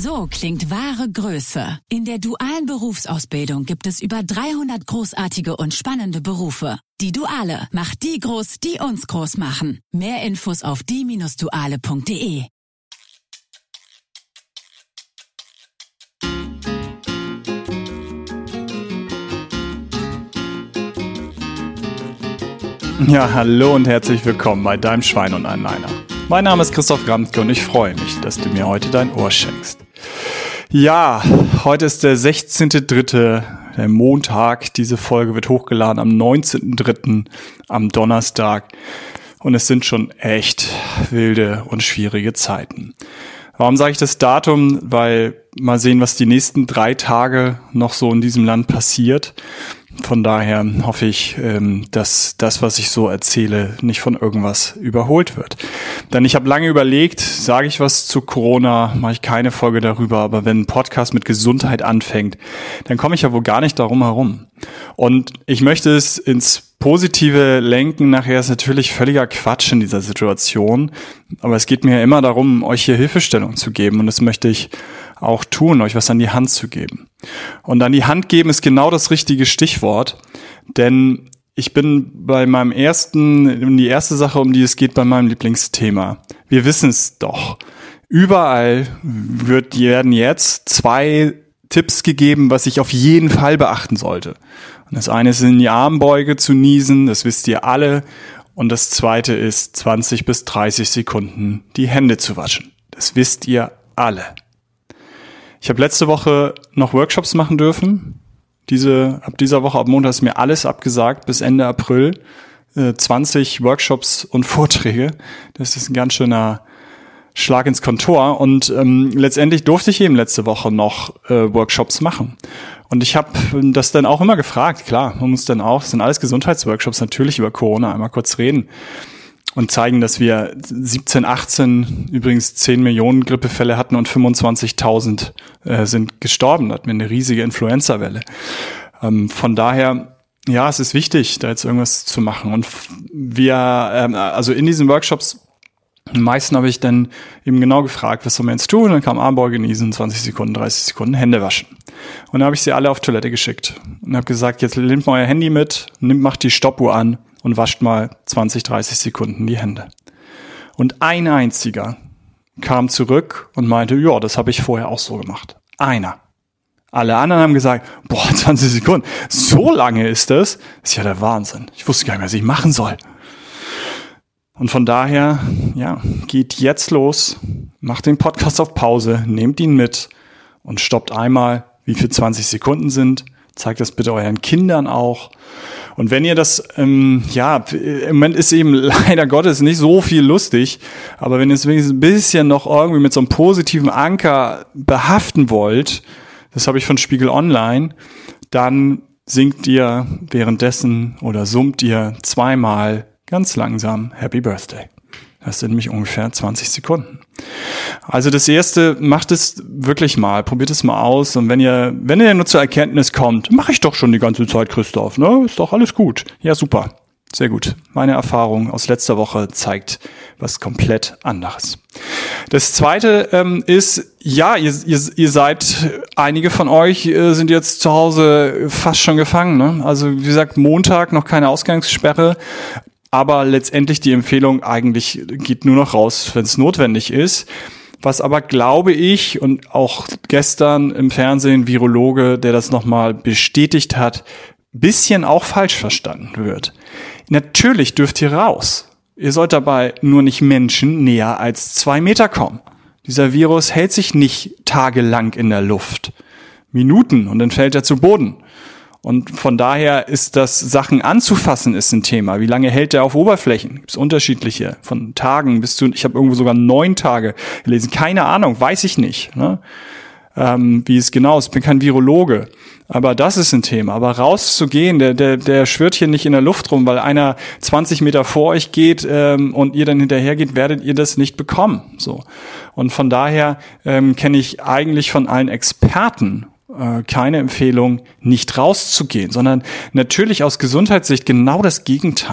So klingt wahre Größe. In der dualen Berufsausbildung gibt es über 300 großartige und spannende Berufe. Die Duale macht die groß, die uns groß machen. Mehr Infos auf die-duale.de. Ja, hallo und herzlich willkommen bei Deinem Schwein und ein Einer. Mein Name ist Christoph Ramtke und ich freue mich, dass du mir heute dein Ohr schenkst. Ja, heute ist der 16.3., der Montag. Diese Folge wird hochgeladen am 19.3., am Donnerstag. Und es sind schon echt wilde und schwierige Zeiten. Warum sage ich das Datum? Weil mal sehen, was die nächsten 3 Tage noch so in diesem Land passiert. Von daher hoffe ich, dass das, was ich so erzähle, nicht von irgendwas überholt wird. Denn ich habe lange überlegt, sage ich was zu Corona, mache ich keine Folge darüber, aber wenn ein Podcast mit Gesundheit anfängt, dann komme ich ja wohl gar nicht darum herum. Und ich möchte es ins Positive lenken. Nachher ist natürlich völliger Quatsch in dieser Situation, aber es geht mir ja immer darum, euch hier Hilfestellung zu geben und das möchte ich auch tun, euch was an die Hand zu geben. Und an die Hand geben ist genau das richtige Stichwort, denn ich bin bei meinem die erste Sache, um die es geht, bei meinem Lieblingsthema. Wir wissen es doch. Überall werden jetzt 2 Tipps gegeben, was ich auf jeden Fall beachten sollte. Und das eine ist, in die Armbeuge zu niesen, das wisst ihr alle. Und das zweite ist, 20 bis 30 Sekunden die Hände zu waschen. Das wisst ihr alle. Ich habe letzte Woche noch Workshops machen dürfen. Ab dieser Woche, ab Montag ist mir alles abgesagt bis Ende April. 20 Workshops und Vorträge. Das ist ein ganz schöner Schlag ins Kontor. Und letztendlich durfte ich eben letzte Woche noch Workshops machen. Und ich habe das dann auch immer gefragt. Klar, man muss dann auch, das sind alles Gesundheitsworkshops, natürlich über Corona einmal kurz reden. Und zeigen, dass wir 17, 18 übrigens 10 Millionen Grippefälle hatten und 25.000 sind gestorben. Da hatten wir eine riesige Influenza-Welle. Von daher, ja, es ist wichtig, da jetzt irgendwas zu machen. Und wir, also in diesen Workshops, die meisten habe ich dann eben genau gefragt, was soll man jetzt tun? Und dann kam Armbeuge niesen, 20 Sekunden, 30 Sekunden, Hände waschen. Und dann habe ich sie alle auf Toilette geschickt und habe gesagt, jetzt nehmt mal euer Handy mit, macht die Stoppuhr an und wascht mal 20, 30 Sekunden die Hände. Und ein einziger kam zurück und meinte, ja, das habe ich vorher auch so gemacht. Einer. Alle anderen haben gesagt, 20 Sekunden, so lange ist das? Das ist ja der Wahnsinn. Ich wusste gar nicht mehr, was ich machen soll. Und von daher, ja, geht jetzt los, macht den Podcast auf Pause, nehmt ihn mit und stoppt einmal, wie viel 20 Sekunden sind. Zeigt das bitte euren Kindern auch. Und wenn ihr das, im Moment ist eben leider Gottes nicht so viel lustig, aber wenn ihr es wenigstens ein bisschen noch irgendwie mit so einem positiven Anker behaften wollt, das habe ich von Spiegel Online, dann singt ihr währenddessen oder summt ihr 2-mal ganz langsam Happy Birthday. Das sind nämlich ungefähr 20 Sekunden. Also das erste, macht es wirklich mal, probiert es mal aus. Und wenn ihr nur zur Erkenntnis kommt, mache ich doch schon die ganze Zeit, Christoph, ne? Ist doch alles gut. Ja, super. Sehr gut. Meine Erfahrung aus letzter Woche zeigt was komplett anderes. Das zweite ist, ja, ihr seid, einige von euch sind jetzt zu Hause fast schon gefangen, ne? Also wie gesagt, Montag noch keine Ausgangssperre. Aber letztendlich die Empfehlung eigentlich geht nur noch raus, wenn es notwendig ist. Was aber, glaube ich, und auch gestern im Fernsehen Virologe, der das nochmal bestätigt hat, bisschen auch falsch verstanden wird. Natürlich dürft ihr raus. Ihr sollt dabei nur nicht Menschen näher als 2 Meter kommen. Dieser Virus hält sich nicht tagelang in der Luft. Minuten und dann fällt er zu Boden. Und von daher ist das Sachen anzufassen ist ein Thema. Wie lange hält der auf Oberflächen? Gibt es unterschiedliche, von Tagen bis zu, ich habe irgendwo sogar 9 Tage gelesen. Keine Ahnung, weiß ich nicht, ne? Wie es genau ist. Ich bin kein Virologe. Aber das ist ein Thema. Aber rauszugehen, der schwirrt hier nicht in der Luft rum, weil einer 20 Meter vor euch geht und ihr dann hinterher geht, werdet ihr das nicht bekommen. So. Und von daher kenne ich eigentlich von allen Experten keine Empfehlung, nicht rauszugehen, sondern natürlich aus Gesundheitssicht genau das Gegenteil.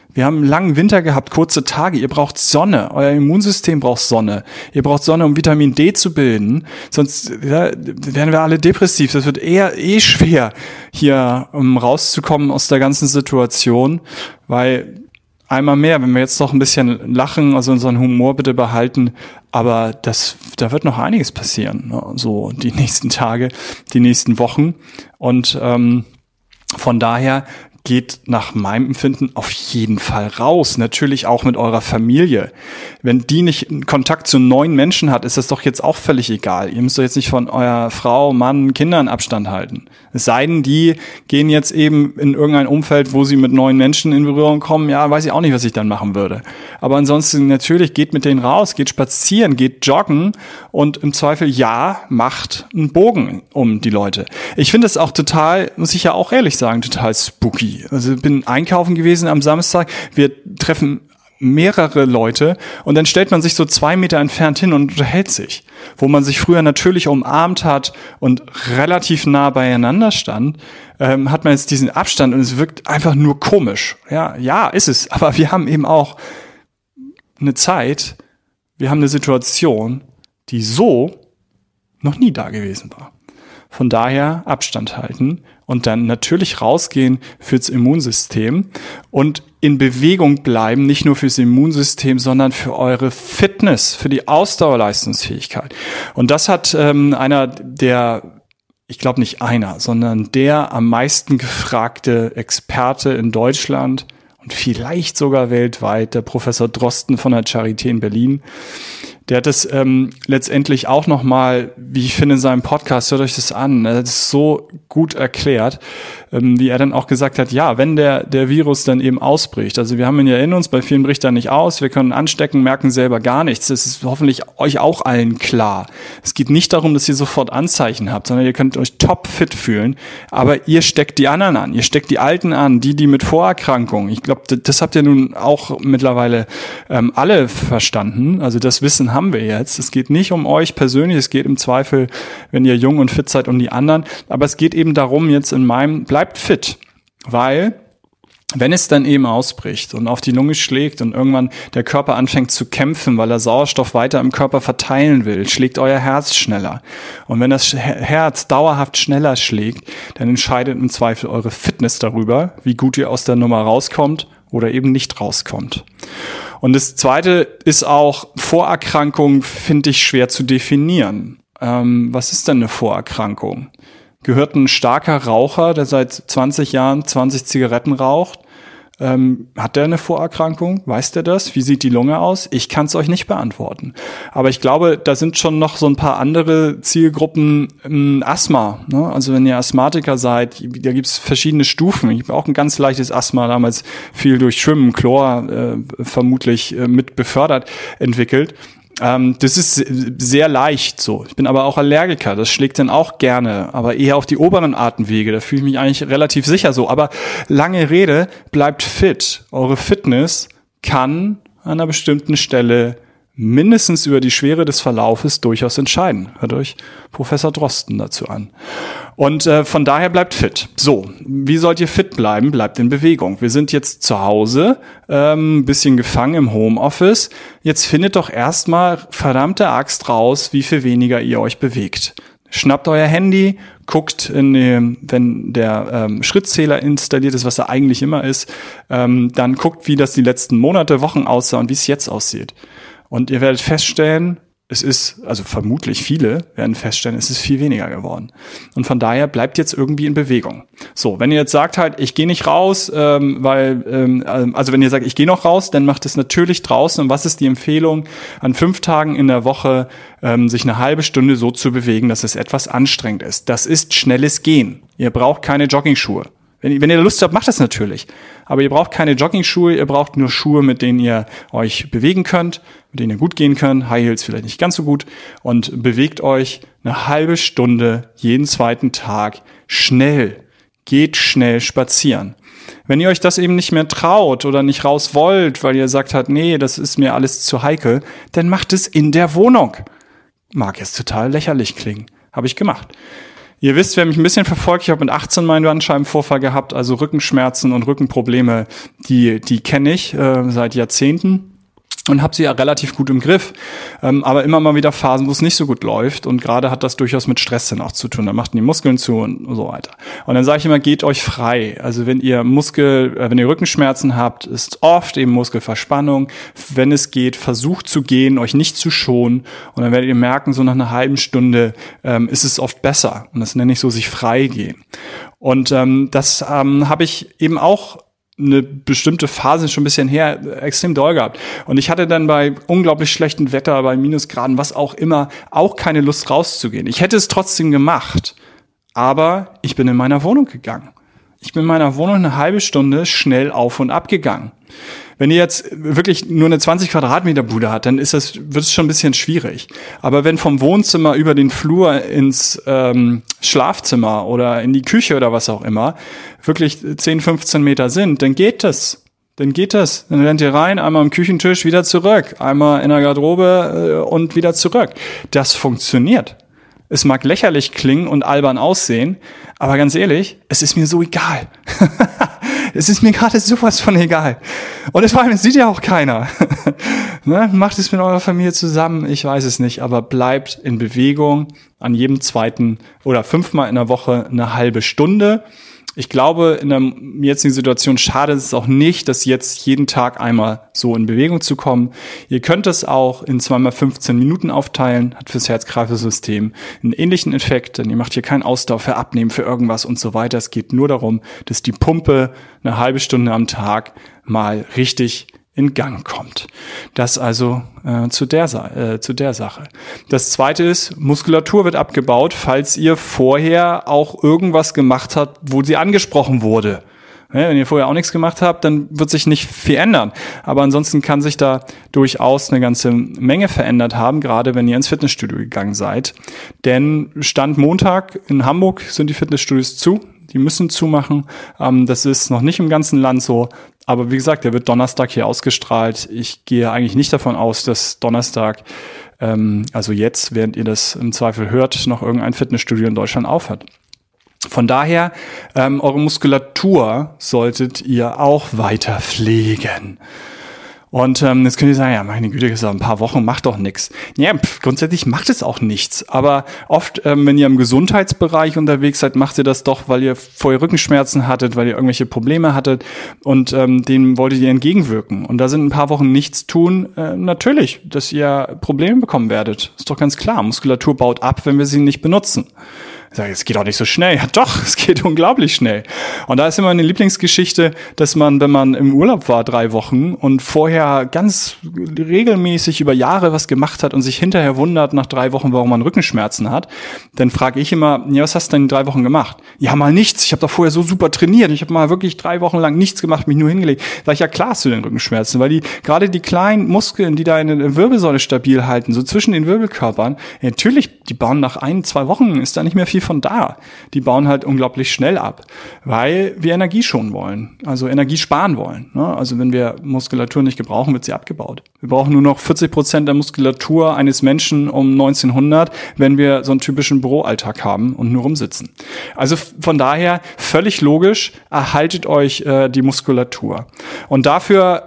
Wir haben einen langen Winter gehabt, kurze Tage. Ihr braucht Sonne. Euer Immunsystem braucht Sonne. Ihr braucht Sonne, um Vitamin D zu bilden. Sonst werden wir alle depressiv. Das wird schwer, hier rauszukommen aus der ganzen Situation, weil einmal mehr, wenn wir jetzt noch ein bisschen lachen, also unseren Humor bitte behalten, aber da wird noch einiges passieren, ne? So die nächsten Tage, die nächsten Wochen und von daher geht nach meinem Empfinden auf jeden Fall raus. Natürlich auch mit eurer Familie. Wenn die nicht Kontakt zu neuen Menschen hat, ist das doch jetzt auch völlig egal. Ihr müsst doch jetzt nicht von eurer Frau, Mann, Kindern Abstand halten. Es sei denn, die gehen jetzt eben in irgendein Umfeld, wo sie mit neuen Menschen in Berührung kommen. Ja, weiß ich auch nicht, was ich dann machen würde. Aber ansonsten natürlich geht mit denen raus, geht spazieren, geht joggen und im Zweifel macht einen Bogen um die Leute. Ich finde es auch total, muss ich ja auch ehrlich sagen, total spooky. Also bin einkaufen gewesen am Samstag. Wir treffen mehrere Leute und dann stellt man sich so 2 Meter entfernt hin und unterhält sich. Wo man sich früher natürlich umarmt hat und relativ nah beieinander stand, hat man jetzt diesen Abstand und es wirkt einfach nur komisch. Ja, ist es. Aber wir haben eben auch eine Zeit, wir haben eine Situation, die so noch nie da gewesen war. Von daher Abstand halten und dann natürlich rausgehen fürs Immunsystem und in Bewegung bleiben, nicht nur fürs Immunsystem, sondern für eure Fitness, für die Ausdauerleistungsfähigkeit. Und das hat ich glaube nicht einer, sondern der am meisten gefragte Experte in Deutschland und vielleicht sogar weltweit, der Professor Drosten von der Charité in Berlin. Der hat das letztendlich auch nochmal, wie ich finde, in seinem Podcast, hört euch das an, er hat es so gut erklärt, wie er dann auch gesagt hat, ja, wenn der Virus dann eben ausbricht, also wir haben ihn ja in uns, bei vielen bricht er nicht aus, wir können anstecken, merken selber gar nichts, das ist hoffentlich euch auch allen klar. Es geht nicht darum, dass ihr sofort Anzeichen habt, sondern ihr könnt euch topfit fühlen, aber ihr steckt die anderen an, ihr steckt die Alten an, die mit Vorerkrankungen, ich glaube, das habt ihr nun auch mittlerweile alle verstanden, also das Wissen haben wir jetzt. Es geht nicht um euch persönlich, es geht im Zweifel, wenn ihr jung und fit seid, um die anderen. Aber es geht eben darum, jetzt bleibt fit. Weil, wenn es dann eben ausbricht und auf die Lunge schlägt und irgendwann der Körper anfängt zu kämpfen, weil er Sauerstoff weiter im Körper verteilen will, schlägt euer Herz schneller. Und wenn das Herz dauerhaft schneller schlägt, dann entscheidet im Zweifel eure Fitness darüber, wie gut ihr aus der Nummer rauskommt oder eben nicht rauskommt. Und das Zweite ist auch, Vorerkrankung finde ich schwer zu definieren. Was ist denn eine Vorerkrankung? Gehört ein starker Raucher, der seit 20 Jahren 20 Zigaretten raucht, hat der eine Vorerkrankung? Weiß der das? Wie sieht die Lunge aus? Ich kann es euch nicht beantworten. Aber ich glaube, da sind schon noch so ein paar andere Zielgruppen. Asthma, ne? Also wenn ihr Asthmatiker seid, da gibt's verschiedene Stufen. Ich habe auch ein ganz leichtes Asthma, damals viel durch Schwimmen, Chlor vermutlich mit befördert, entwickelt. Das ist sehr leicht so. Ich bin aber auch Allergiker, das schlägt dann auch gerne, aber eher auf die oberen Atemwege, da fühle ich mich eigentlich relativ sicher so. Aber lange Rede, bleibt fit. Eure Fitness kann an einer bestimmten Stelle mindestens über die Schwere des Verlaufes durchaus entscheiden. Hört euch Professor Drosten dazu an. Und von daher bleibt fit. So, wie sollt ihr fit bleiben? Bleibt in Bewegung. Wir sind jetzt zu Hause, ein bisschen gefangen im Homeoffice. Jetzt findet doch erstmal verdammte Axt raus, wie viel weniger ihr euch bewegt. Schnappt euer Handy, guckt wenn der Schrittzähler installiert ist, was er eigentlich immer ist, dann guckt, wie das die letzten Monate, Wochen aussah und wie es jetzt aussieht. Und ihr werdet feststellen, vermutlich viele werden feststellen, es ist viel weniger geworden. Und von daher bleibt jetzt irgendwie in Bewegung. So, wenn ihr jetzt sagt halt, ich gehe nicht raus, wenn ihr sagt, ich gehe noch raus, dann macht es natürlich draußen. Und was ist die Empfehlung? An 5 Tagen in der Woche sich eine halbe Stunde so zu bewegen, dass es etwas anstrengend ist. Das ist schnelles Gehen. Ihr braucht keine Joggingschuhe. Wenn ihr Lust habt, macht das natürlich. Aber ihr braucht keine Joggingschuhe, ihr braucht nur Schuhe, mit denen ihr euch bewegen könnt, mit denen ihr gut gehen könnt. High Heels vielleicht nicht ganz so gut. Und bewegt euch eine halbe Stunde jeden zweiten Tag schnell. Geht schnell spazieren. Wenn ihr euch das eben nicht mehr traut oder nicht raus wollt, weil ihr sagt halt, nee, das ist mir alles zu heikel, dann macht es in der Wohnung. Mag jetzt total lächerlich klingen. Habe ich gemacht. Ihr wisst, wer mich ein bisschen verfolgt, ich habe mit 18 meinen Bandscheibenvorfall gehabt, also Rückenschmerzen und Rückenprobleme, die kenne ich seit Jahrzehnten. Und habe sie ja relativ gut im Griff, aber immer mal wieder Phasen, wo es nicht so gut läuft, und gerade hat das durchaus mit Stress dann auch zu tun, da machten die Muskeln zu und so weiter. Und dann sage ich immer, geht euch frei. Also wenn ihr Rückenschmerzen habt, ist oft eben Muskelverspannung. Wenn es geht, versucht zu gehen, euch nicht zu schonen, und dann werdet ihr merken, so nach einer halben Stunde ist es oft besser, und das nenne ich so, sich frei gehen. Und das habe ich eben auch eine bestimmte Phase, schon ein bisschen her, extrem doll gehabt. Und ich hatte dann bei unglaublich schlechtem Wetter, bei Minusgraden, was auch immer, auch keine Lust rauszugehen. Ich hätte es trotzdem gemacht, aber ich bin in meiner Wohnung gegangen. Ich bin in meiner Wohnung eine halbe Stunde schnell auf und ab gegangen. Wenn ihr jetzt wirklich nur eine 20 Quadratmeter Bude habt, dann wird es schon ein bisschen schwierig. Aber wenn vom Wohnzimmer über den Flur ins Schlafzimmer oder in die Küche oder was auch immer wirklich 10, 15 Meter sind, dann geht das. Dann rennt ihr rein, einmal am Küchentisch, wieder zurück, einmal in der Garderobe und wieder zurück. Das funktioniert. Es mag lächerlich klingen und albern aussehen, aber ganz ehrlich, es ist mir so egal. Es ist mir gerade sowas von egal. Und es sieht ja auch keiner. Ne? Macht es mit eurer Familie zusammen, ich weiß es nicht, aber bleibt in Bewegung an jedem zweiten oder 5-mal in der Woche eine halbe Stunde. Ich glaube, in der jetzigen Situation schadet es auch nicht, das jetzt jeden Tag einmal so in Bewegung zu kommen. Ihr könnt es auch in 2x 15 Minuten aufteilen, hat fürs Herz-Kreislauf-System einen ähnlichen Effekt, denn ihr macht hier keinen Ausdauer für Abnehmen, für irgendwas und so weiter. Es geht nur darum, dass die Pumpe eine halbe Stunde am Tag mal richtig in Gang kommt. Das also zu der Sache. Das Zweite ist, Muskulatur wird abgebaut, falls ihr vorher auch irgendwas gemacht habt, wo sie angesprochen wurde. Ja, wenn ihr vorher auch nichts gemacht habt, dann wird sich nicht viel ändern. Aber ansonsten kann sich da durchaus eine ganze Menge verändert haben, gerade wenn ihr ins Fitnessstudio gegangen seid. Denn Stand Montag in Hamburg sind die Fitnessstudios zu. Die müssen zumachen. Das ist noch nicht im ganzen Land so. Aber wie gesagt, der wird Donnerstag hier ausgestrahlt. Ich gehe eigentlich nicht davon aus, dass Donnerstag, also jetzt, während ihr das im Zweifel hört, noch irgendein Fitnessstudio in Deutschland aufhat. Von daher, eure Muskulatur solltet ihr auch weiter pflegen. Und jetzt könnt ihr sagen, ja, meine Güte, das ist ein paar Wochen, macht doch nichts. Ja, grundsätzlich macht es auch nichts. Aber oft, wenn ihr im Gesundheitsbereich unterwegs seid, macht ihr das doch, weil ihr vorher Rückenschmerzen hattet, weil ihr irgendwelche Probleme hattet, und denen wolltet ihr entgegenwirken. Und da sind ein paar Wochen nichts tun, natürlich, dass ihr Probleme bekommen werdet. Ist doch ganz klar. Muskulatur baut ab, wenn wir sie nicht benutzen. Ich sage, es geht auch nicht so schnell. Ja doch, es geht unglaublich schnell. Und da ist immer eine Lieblingsgeschichte, dass man, wenn man im Urlaub war 3 Wochen und vorher ganz regelmäßig über Jahre was gemacht hat und sich hinterher wundert nach 3 Wochen, warum man Rückenschmerzen hat, dann frage ich immer, ja, was hast du denn in 3 Wochen gemacht? Ja, mal nichts. Ich habe doch vorher so super trainiert. Ich habe mal wirklich 3 Wochen lang nichts gemacht, mich nur hingelegt. Sag ich, ja klar hast du den Rückenschmerzen, weil gerade die kleinen Muskeln, die deine Wirbelsäule stabil halten, so zwischen den Wirbelkörpern, ja, natürlich, die bauen nach 1-2 Wochen, ist da nicht mehr viel von da. Die bauen halt unglaublich schnell ab, weil wir Energie schonen wollen, also Energie sparen wollen. Ne? Also wenn wir Muskulatur nicht gebrauchen, wird sie abgebaut. Wir brauchen nur noch 40% der Muskulatur eines Menschen um 1900, wenn wir so einen typischen Büroalltag haben und nur rumsitzen. Also von daher völlig logisch, erhaltet euch die Muskulatur. Und dafür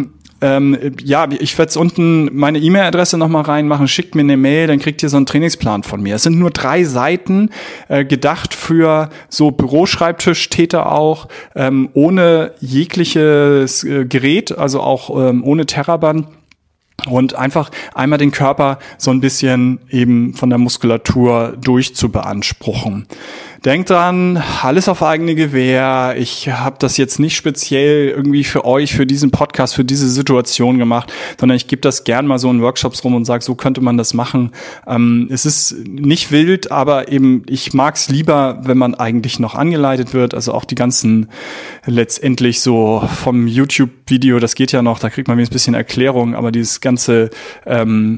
ja, ich werde unten meine E-Mail-Adresse nochmal reinmachen, schickt mir eine Mail, dann kriegt ihr so einen Trainingsplan von mir. Es sind nur 3 Seiten, gedacht für so Büroschreibtischtäter auch, ohne jegliches Gerät, also auch ohne Terraband. Und einfach einmal den Körper so ein bisschen eben von der Muskulatur durch zu beanspruchen. Denkt dran, alles auf eigene Gewähr. Ich habe das jetzt nicht speziell irgendwie für euch, für diesen Podcast, für diese Situation gemacht, sondern ich gebe das gern mal so in Workshops rum und sage, so könnte man das machen. Es ist nicht wild, aber eben ich mag es lieber, wenn man eigentlich noch angeleitet wird. Also auch die ganzen letztendlich so vom YouTube-Video, das geht ja noch, da kriegt man ein bisschen Erklärung, aber dieses ganze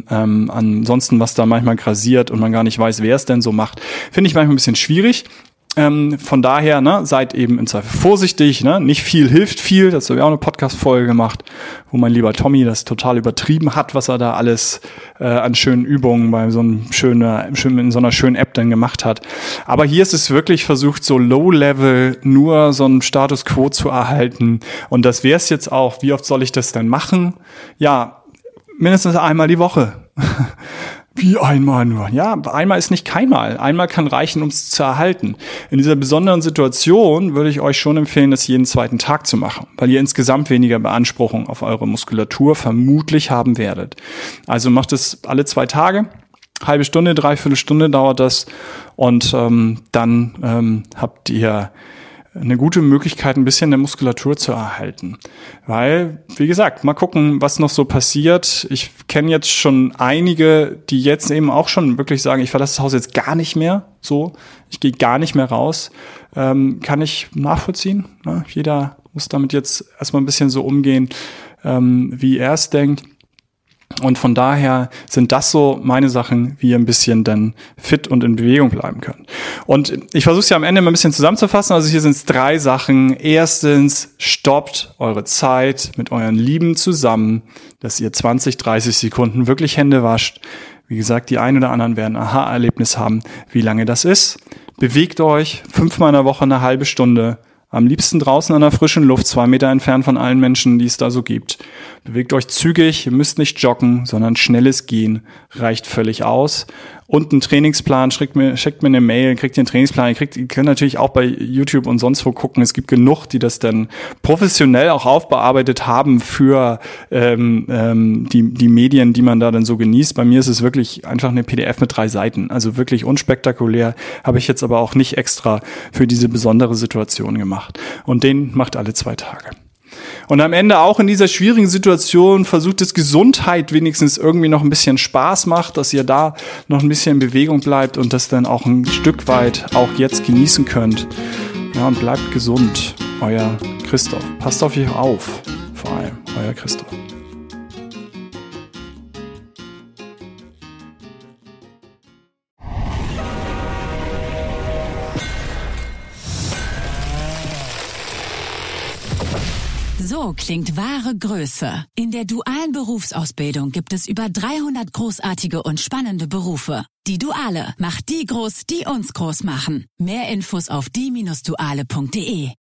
ansonsten, was da manchmal grasiert und man gar nicht weiß, wer es denn so macht, finde ich manchmal ein bisschen schwierig. Von daher, ne, seid eben im Zweifel vorsichtig, ne? Nicht viel hilft viel. Das habe ich auch eine Podcast-Folge gemacht, wo mein lieber Tommy das total übertrieben hat, was er da alles an schönen Übungen bei in so einer schönen App dann gemacht hat. Aber hier ist es wirklich versucht, so Low-Level nur so einen Status Quo zu erhalten. Und das wäre es jetzt auch. Wie oft soll ich das denn machen? Ja, mindestens einmal die Woche. Wie einmal nur? Ja, einmal ist nicht keinmal. Einmal kann reichen, um es zu erhalten. In dieser besonderen Situation würde ich euch schon empfehlen, das jeden zweiten Tag zu machen, weil ihr insgesamt weniger Beanspruchung auf eure Muskulatur vermutlich haben werdet. Also macht es alle 2 Tage. Halbe Stunde, 3/4 Stunde dauert das. Und dann habt ihr eine gute Möglichkeit, ein bisschen der Muskulatur zu erhalten. Weil, wie gesagt, mal gucken, was noch so passiert. Ich kenne jetzt schon einige, die jetzt eben auch schon wirklich sagen, ich verlasse das Haus jetzt gar nicht mehr. So, ich gehe gar nicht mehr raus. Kann ich nachvollziehen. Ne? Jeder muss damit jetzt erstmal ein bisschen so umgehen, wie er es denkt. Und von daher sind das so meine Sachen, wie ihr ein bisschen dann fit und in Bewegung bleiben könnt. Und ich versuche es ja am Ende mal ein bisschen zusammenzufassen. Also hier sind es 3 Sachen. Erstens, stoppt eure Zeit mit euren Lieben zusammen, dass ihr 20, 30 Sekunden wirklich Hände wascht. Wie gesagt, die einen oder anderen werden ein Aha-Erlebnis haben, wie lange das ist. Bewegt euch 5-mal in der Woche eine halbe Stunde. Am liebsten draußen an der frischen Luft, 2 Meter entfernt von allen Menschen, die es da so gibt. Bewegt euch zügig, ihr müsst nicht joggen, sondern schnelles Gehen reicht völlig aus. Und einen Trainingsplan, schickt mir eine Mail, kriegt ihr einen Trainingsplan. Ihr könnt natürlich auch bei YouTube und sonst wo gucken. Es gibt genug, die das dann professionell auch aufbearbeitet haben für die Medien, die man da dann so genießt. Bei mir ist es wirklich einfach eine PDF mit 3 Seiten. Also wirklich unspektakulär. Habe ich jetzt aber auch nicht extra für diese besondere Situation gemacht. Und den macht alle 2 Tage. Und am Ende auch in dieser schwierigen Situation versucht es Gesundheit wenigstens irgendwie noch ein bisschen Spaß macht, dass ihr da noch ein bisschen in Bewegung bleibt und das dann auch ein Stück weit auch jetzt genießen könnt. Ja, und bleibt gesund. Euer Christoph. Passt auf euch auf. Vor allem, euer Christoph. So klingt wahre Größe. In der dualen Berufsausbildung gibt es über 300 großartige und spannende Berufe. Die Duale macht die groß, die uns groß machen. Mehr Infos auf die-duale.de.